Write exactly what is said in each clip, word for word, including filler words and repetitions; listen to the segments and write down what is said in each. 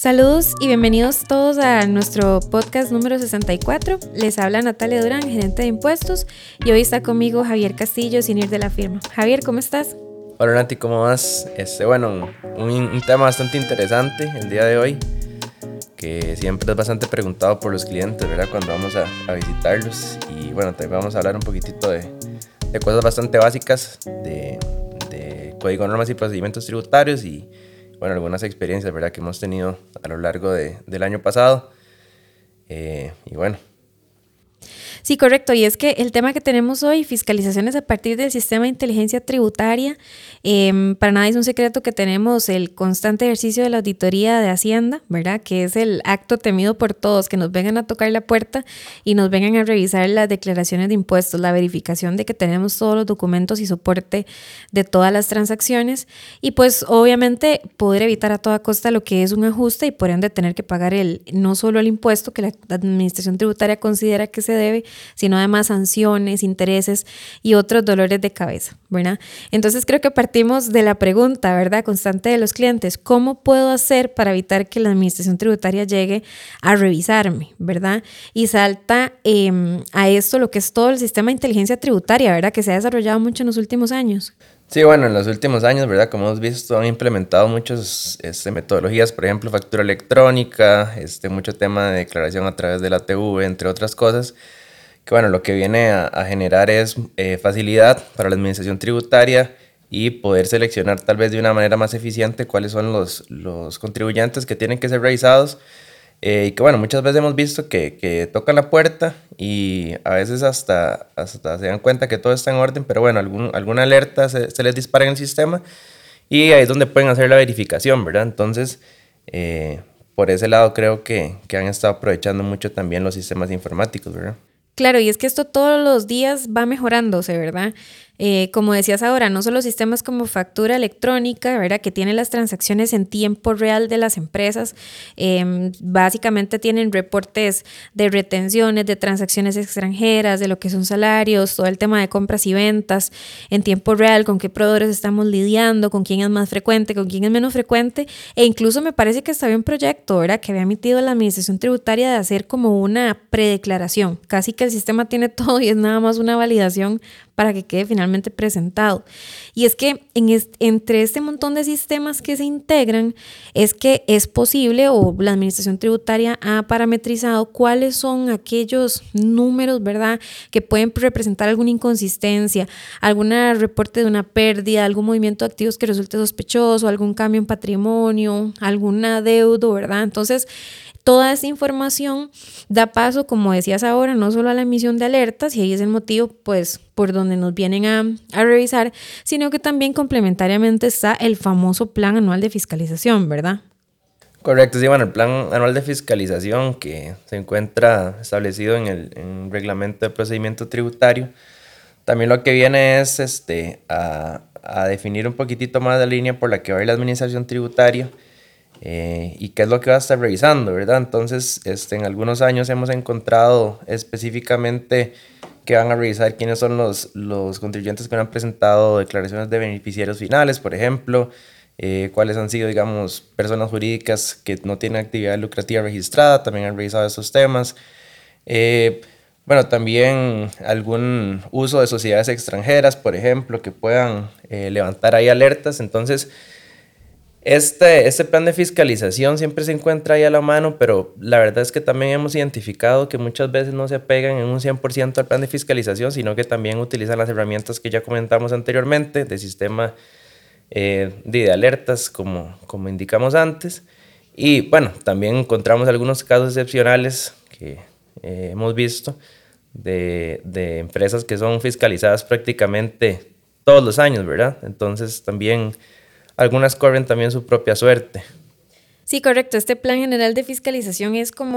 Saludos y bienvenidos todos a nuestro podcast número sesenta y cuatro. Les habla Natalia Durán, gerente de impuestos, y hoy está conmigo Javier Castillo, senior de la firma. Javier, ¿cómo estás? Hola Nati, ¿cómo vas? Este, bueno, un, un tema bastante interesante el día de hoy, que siempre es bastante preguntado por los clientes, ¿verdad? Cuando vamos a, a visitarlos. Y bueno, también vamos a hablar un poquitito de, de cosas bastante básicas, de, de código de normas y procedimientos tributarios y bueno, algunas experiencias, ¿verdad?, que hemos tenido a lo largo de, del año pasado. Eh, y bueno. Sí, correcto. Y es que el tema que tenemos hoy, fiscalizaciones a partir del sistema de inteligencia tributaria, eh, para nada es un secreto que tenemos el constante ejercicio de la auditoría de Hacienda, ¿verdad? Que es el acto temido por todos, que nos vengan a tocar la puerta y nos vengan a revisar las declaraciones de impuestos, la verificación de que tenemos todos los documentos y soporte de todas las transacciones y pues obviamente poder evitar a toda costa lo que es un ajuste y por ende tener que pagar el no solo el impuesto que la administración tributaria considera que se debe, sino además sanciones, intereses y otros dolores de cabeza, ¿verdad? Entonces creo que partimos de la pregunta, ¿verdad?, constante de los clientes: ¿cómo puedo hacer para evitar que la administración tributaria llegue a revisarme, ¿verdad? Y salta eh, a esto lo que es todo el sistema de inteligencia tributaria, ¿verdad?, que se ha desarrollado mucho en los últimos años. Sí, bueno, en los últimos años, ¿verdad?, como hemos visto, han implementado muchas este, metodologías, por ejemplo, factura electrónica, este, mucho tema de declaración a través de la T V, entre otras cosas, que bueno, lo que viene a, a generar es eh, facilidad para la administración tributaria y poder seleccionar tal vez de una manera más eficiente cuáles son los, los contribuyentes que tienen que ser revisados. Eh, y que bueno, muchas veces hemos visto que, que tocan la puerta y a veces hasta, hasta se dan cuenta que todo está en orden, pero bueno, algún, alguna alerta se, se les dispara en el sistema y ahí es donde pueden hacer la verificación, ¿verdad? Entonces, eh, por ese lado creo que, que han estado aprovechando mucho también los sistemas informáticos, ¿verdad? Claro, y es que esto todos los días va mejorándose, ¿verdad? Eh, como decías ahora, no solo sistemas como factura electrónica, ¿verdad?, que tienen las transacciones en tiempo real de las empresas, eh, básicamente tienen reportes de retenciones, de transacciones extranjeras, de lo que son salarios, todo el tema de compras y ventas en tiempo real, con qué proveedores estamos lidiando, con quién es más frecuente, con quién es menos frecuente, e incluso me parece que estaba un proyecto, ¿verdad?, que había emitido la Administración Tributaria de hacer como una predeclaración, casi que el sistema tiene todo y es nada más una validación para que quede finalmente presentado. Y es que en est- entre este montón de sistemas que se integran es que es posible, o la administración tributaria ha parametrizado cuáles son aquellos números, ¿verdad?, que pueden representar alguna inconsistencia, algún reporte de una pérdida, algún movimiento de activos que resulte sospechoso, algún cambio en patrimonio, algún adeudo, ¿verdad? Entonces, toda esa información da paso, como decías ahora, no solo a la emisión de alertas, y ahí es el motivo, pues, por donde nos vienen a, a revisar, sino que también complementariamente está el famoso plan anual de fiscalización, ¿verdad? Correcto, sí, bueno, el plan anual de fiscalización que se encuentra establecido en el, en el reglamento de procedimiento tributario, también lo que viene es este, a, a definir un poquitito más la línea por la que va a ir la administración tributaria. Eh, y qué es lo que va a estar revisando, ¿verdad? Entonces, este, en algunos años hemos encontrado específicamente que van a revisar quiénes son los, los contribuyentes que no han presentado declaraciones de beneficiarios finales, por ejemplo, eh, cuáles han sido, digamos, personas jurídicas que no tienen actividad lucrativa registrada, también han revisado esos temas. Eh, bueno, también algún uso de sociedades extranjeras, por ejemplo, que puedan eh, levantar ahí alertas. Entonces, Este, este plan de fiscalización siempre se encuentra ahí a la mano, pero la verdad es que también hemos identificado que muchas veces no se apegan en un cien por ciento al plan de fiscalización, sino que también utilizan las herramientas que ya comentamos anteriormente, de sistema eh, de alertas, como, como indicamos antes. Y bueno, también encontramos algunos casos excepcionales que eh, hemos visto de, de empresas que son fiscalizadas prácticamente todos los años, ¿verdad? Entonces también algunas corren también su propia suerte. Sí, correcto. Este plan general de fiscalización es como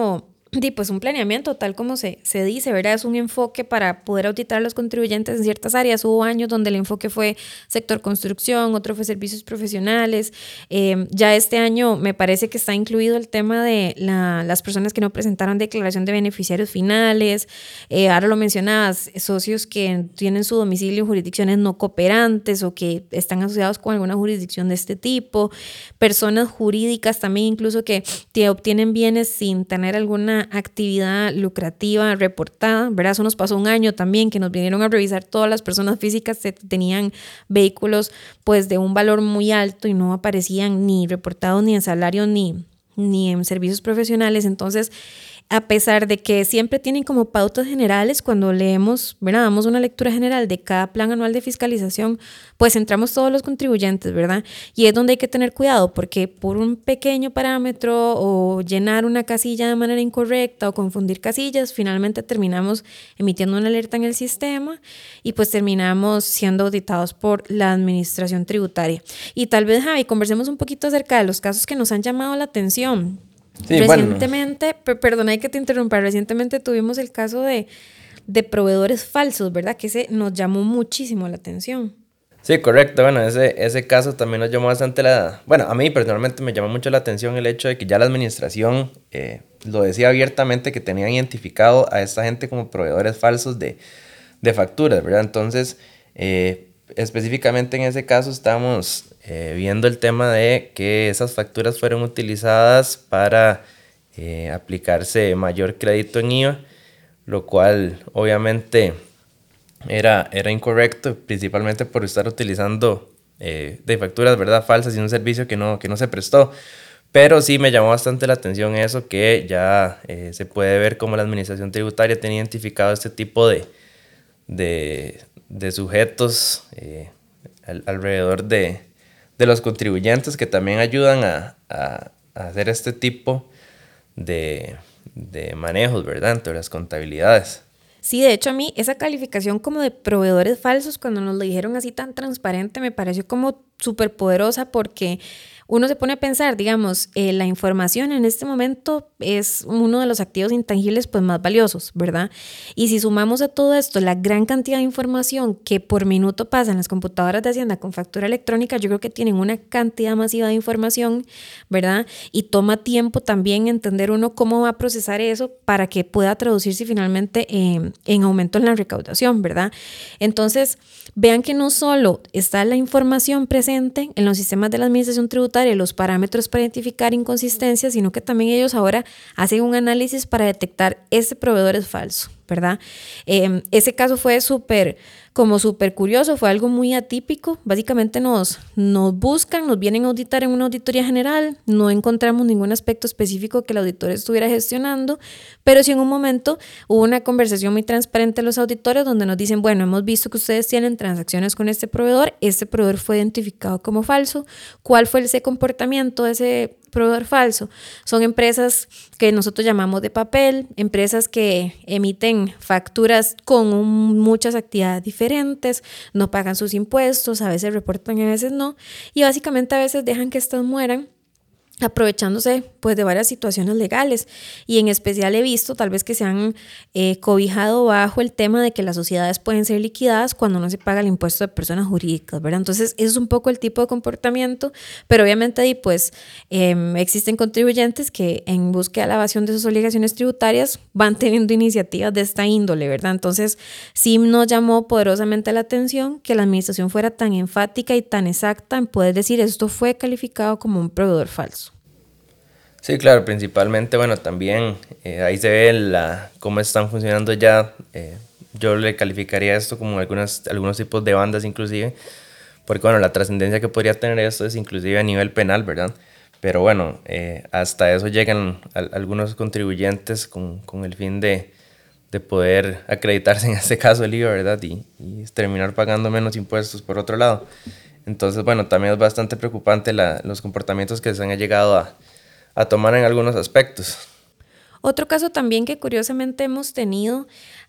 Y pues un planeamiento, tal como se, se dice, ¿verdad? Es un enfoque para poder auditar a los contribuyentes en ciertas áreas. Hubo años donde el enfoque fue sector construcción, otro fue servicios profesionales. Eh, ya este año me parece que está incluido el tema de la, las personas que no presentaron declaración de beneficiarios finales. Eh, ahora lo mencionabas, socios que tienen su domicilio en jurisdicciones no cooperantes o que están asociados con alguna jurisdicción de este tipo. Personas jurídicas también incluso que te obtienen bienes sin tener alguna actividad lucrativa reportada, ¿verdad? Eso nos pasó un año también, que nos vinieron a revisar todas las personas físicas que tenían vehículos pues de un valor muy alto y no aparecían ni reportados ni en salario ni, ni en servicios profesionales. Entonces, a pesar de que siempre tienen como pautas generales, cuando leemos, ¿verdad? Damos una lectura general de cada plan anual de fiscalización, pues entramos todos los contribuyentes, ¿verdad? Y es donde hay que tener cuidado, porque por un pequeño parámetro o llenar una casilla de manera incorrecta o confundir casillas, finalmente terminamos emitiendo una alerta en el sistema y pues terminamos siendo auditados por la administración tributaria. Y tal vez, Javi, conversemos un poquito acerca de los casos que nos han llamado la atención. Sí, recientemente, bueno. Perdona que te interrumpa, recientemente tuvimos el caso de, de proveedores falsos, ¿verdad? Que ese nos llamó muchísimo la atención. Sí, correcto. Bueno, ese, ese caso también nos llamó bastante la... Bueno, a mí personalmente me llamó mucho la atención el hecho de que ya la administración eh, lo decía abiertamente que tenían identificado a esta gente como proveedores falsos de, de facturas, ¿verdad? Entonces, eh, específicamente en ese caso estamos eh, viendo el tema de que esas facturas fueron utilizadas para eh, aplicarse mayor crédito en I V A, lo cual obviamente era, era incorrecto, principalmente por estar utilizando eh, de facturas, ¿verdad?, falsas y un servicio que no, que no se prestó. Pero sí me llamó bastante la atención eso, que ya eh, se puede ver cómo la administración tributaria tiene identificado este tipo de, de, de sujetos eh, al, alrededor de, de los contribuyentes que también ayudan a, a, a hacer este tipo de, de manejos, ¿verdad?, entre las contabilidades. Sí, de hecho a mí esa calificación como de proveedores falsos, cuando nos lo dijeron así tan transparente, me pareció como súper poderosa porque uno se pone a pensar, digamos, eh, la información en este momento es uno de los activos intangibles pues más valiosos, ¿verdad? Y si sumamos a todo esto la gran cantidad de información que por minuto pasa en las computadoras de Hacienda con factura electrónica, yo creo que tienen una cantidad masiva de información, ¿verdad? Y toma tiempo también entender uno cómo va a procesar eso para que pueda traducirse finalmente eh, en aumento en la recaudación, ¿verdad? Entonces, vean que no solo está la información presente en los sistemas de la administración tributaria, los parámetros para identificar inconsistencias, sino que también ellos ahora hacen un análisis para detectar ese proveedor es falso, ¿verdad? Eh, ese caso fue súper, como súper curioso, fue algo muy atípico. Básicamente nos, nos buscan, nos vienen a auditar en una auditoría general, no encontramos ningún aspecto específico que el auditor estuviera gestionando, pero sí en un momento hubo una conversación muy transparente de los auditores donde nos dicen, bueno, hemos visto que ustedes tienen transacciones con este proveedor, este proveedor fue identificado como falso, ¿cuál fue ese comportamiento de ese proveedor falso? Son empresas que nosotros llamamos de papel, empresas que emiten facturas con un, muchas actividades diferentes, no pagan sus impuestos, a veces reportan y a veces no, y básicamente a veces dejan que estas mueran aprovechándose pues de varias situaciones legales, y en especial he visto tal vez que se han eh, cobijado bajo el tema de que las sociedades pueden ser liquidadas cuando no se paga el impuesto de personas jurídicas, ¿verdad? Entonces eso es un poco el tipo de comportamiento, pero obviamente ahí pues eh, existen contribuyentes que en búsqueda de la evasión de sus obligaciones tributarias van teniendo iniciativas de esta índole, ¿verdad? Entonces sí nos llamó poderosamente la atención que la administración fuera tan enfática y tan exacta en poder decir esto fue calificado como un proveedor falso. Sí, claro, principalmente, bueno, también eh, ahí se ve la, cómo están funcionando ya. Eh, yo le calificaría esto como algunas, algunos tipos de bandas inclusive, porque bueno, la trascendencia que podría tener esto es inclusive a nivel penal, ¿verdad? Pero bueno, eh, hasta eso llegan a, algunos contribuyentes con, con el fin de, de poder acreditarse en este caso el I V A, ¿verdad? Y, y terminar pagando menos impuestos por otro lado. Entonces, bueno, también es bastante preocupante la, los comportamientos que se han llegado a a tomar en algunos aspectos. Otro caso también que curiosamente hemos tenido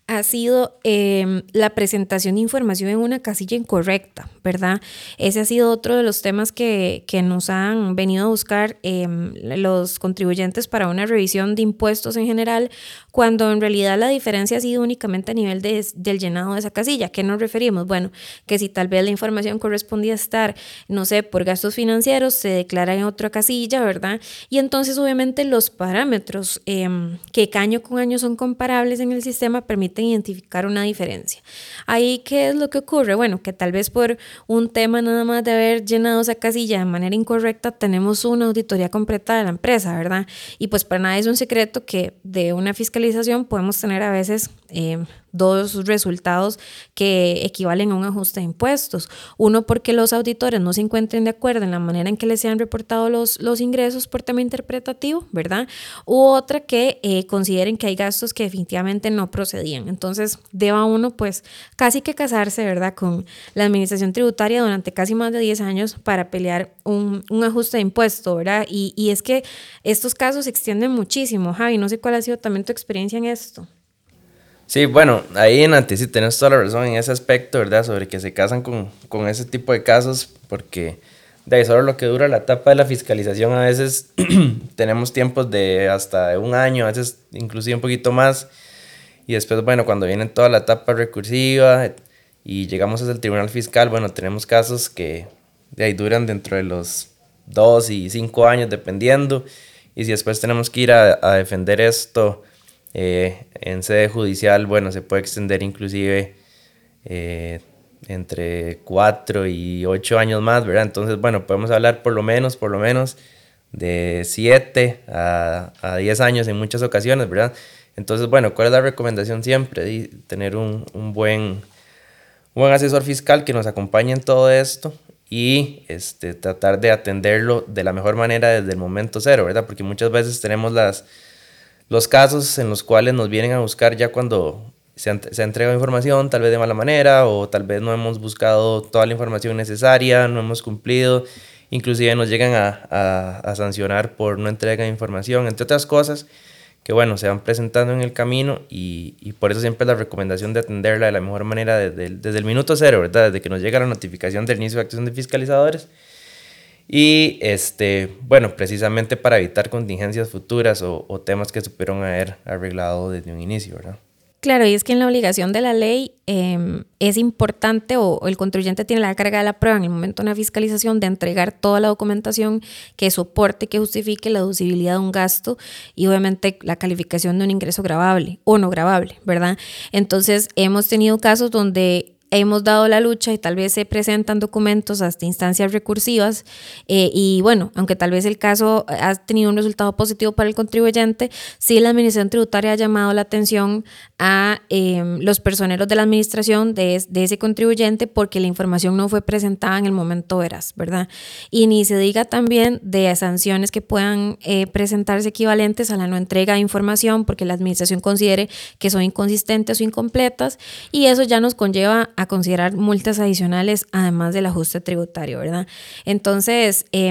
ha sido eh, la presentación de información en una casilla incorrecta, ¿verdad? Ese ha sido otro de los temas que, que nos han venido a buscar eh, los contribuyentes para una revisión de impuestos en general, cuando en realidad la diferencia ha sido únicamente a nivel de, del llenado de esa casilla. ¿A qué nos referimos? Bueno, que si tal vez la información correspondía a estar, no sé, por gastos financieros, se declara en otra casilla, ¿verdad? Y entonces obviamente los parámetros eh, que año con año son comparables en el sistema permiten identificar una diferencia. Ahí, ¿qué es lo que ocurre? Bueno, que tal vez por un tema nada más de haber llenado esa casilla de manera incorrecta, tenemos una auditoría completa de la empresa, ¿verdad? Y pues para nada es un secreto que de una fiscalización podemos tener a veces eh, dos resultados que equivalen a un ajuste de impuestos. Uno, porque los auditores no se encuentren de acuerdo en la manera en que les se han reportado los, los ingresos por tema interpretativo, ¿verdad? U otra, que eh, consideren que hay gastos que definitivamente no procedían. Entonces, deba uno pues casi que casarse, ¿verdad?, con la administración tributaria durante casi más de diez años para pelear un, un ajuste de impuesto, ¿verdad? Y, y es que estos casos se extienden muchísimo. Javi, no sé cuál ha sido también tu experiencia en esto. Sí, bueno, ahí Nati, sí tenés toda la razón en ese aspecto, ¿verdad? Sobre que se casan con, con ese tipo de casos, porque de ahí solo lo que dura la etapa de la fiscalización, a veces tenemos tiempos de hasta de un año, a veces inclusive un poquito más, y después, bueno, cuando viene toda la etapa recursiva y llegamos hasta el tribunal fiscal, bueno, tenemos casos que de ahí duran dentro de los dos y cinco años, dependiendo, y si después tenemos que ir a, a defender esto Eh, en sede judicial, bueno, se puede extender inclusive eh, entre cuatro y ocho años más, ¿verdad? Entonces, bueno, podemos hablar por lo menos, por lo menos de siete a, a diez años en muchas ocasiones, ¿verdad? Entonces, bueno, ¿cuál es la recomendación siempre? De tener un, un buen, un buen asesor fiscal que nos acompañe en todo esto y este, tratar de atenderlo de la mejor manera desde el momento cero, ¿verdad? Porque muchas veces tenemos las Los casos en los cuales nos vienen a buscar ya cuando se ha, se ha entregado información, tal vez de mala manera, o tal vez no hemos buscado toda la información necesaria, no hemos cumplido, inclusive nos llegan a, a, a sancionar por no entrega de información, entre otras cosas que, bueno, se van presentando en el camino y, y por eso siempre la recomendación de atenderla de la mejor manera desde el, desde el minuto cero, ¿verdad? Desde que nos llega la notificación del inicio de acción de fiscalizadores. Y este, bueno, precisamente para evitar contingencias futuras o, o temas que se pudieron haber arreglado desde un inicio, ¿verdad? Claro, y es que en la obligación de la ley eh, es importante o, o el contribuyente tiene la carga de la prueba en el momento de una fiscalización de entregar toda la documentación que soporte, que justifique la deducibilidad de un gasto y obviamente la calificación de un ingreso gravable o no gravable, ¿verdad? Entonces hemos tenido casos donde hemos dado la lucha y tal vez se presentan documentos hasta instancias recursivas eh, y bueno, aunque tal vez el caso ha tenido un resultado positivo para el contribuyente, sí la administración tributaria ha llamado la atención a eh, los personeros de la administración de, de ese contribuyente porque la información no fue presentada en el momento veraz, ¿verdad? Y ni se diga también de sanciones que puedan eh, presentarse equivalentes a la no entrega de información porque la administración considere que son inconsistentes o incompletas y eso ya nos conlleva a considerar multas adicionales además del ajuste tributario, ¿verdad? Entonces, eh,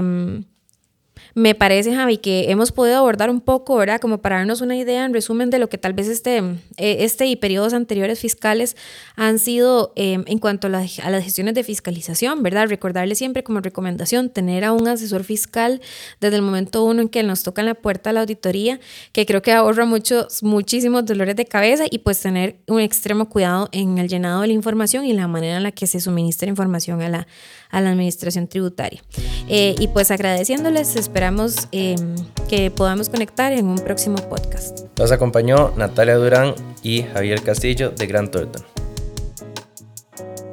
me parece, Javi, que hemos podido abordar un poco, ¿verdad? Como para darnos una idea, en resumen, de lo que tal vez este, este y periodos anteriores fiscales han sido eh, en cuanto a, la, a las gestiones de fiscalización, ¿verdad? Recordarle siempre como recomendación tener a un asesor fiscal desde el momento uno en que nos tocan la puerta a la auditoría, que creo que ahorra muchos, muchísimos dolores de cabeza y pues tener un extremo cuidado en el llenado de la información y la manera en la que se suministra información a la, a la administración tributaria. Eh, y pues agradeciéndoles, esperamos Eh, que podamos conectar en un próximo podcast. Nos acompañó Natalia Durán y Javier Castillo de Grant Thornton.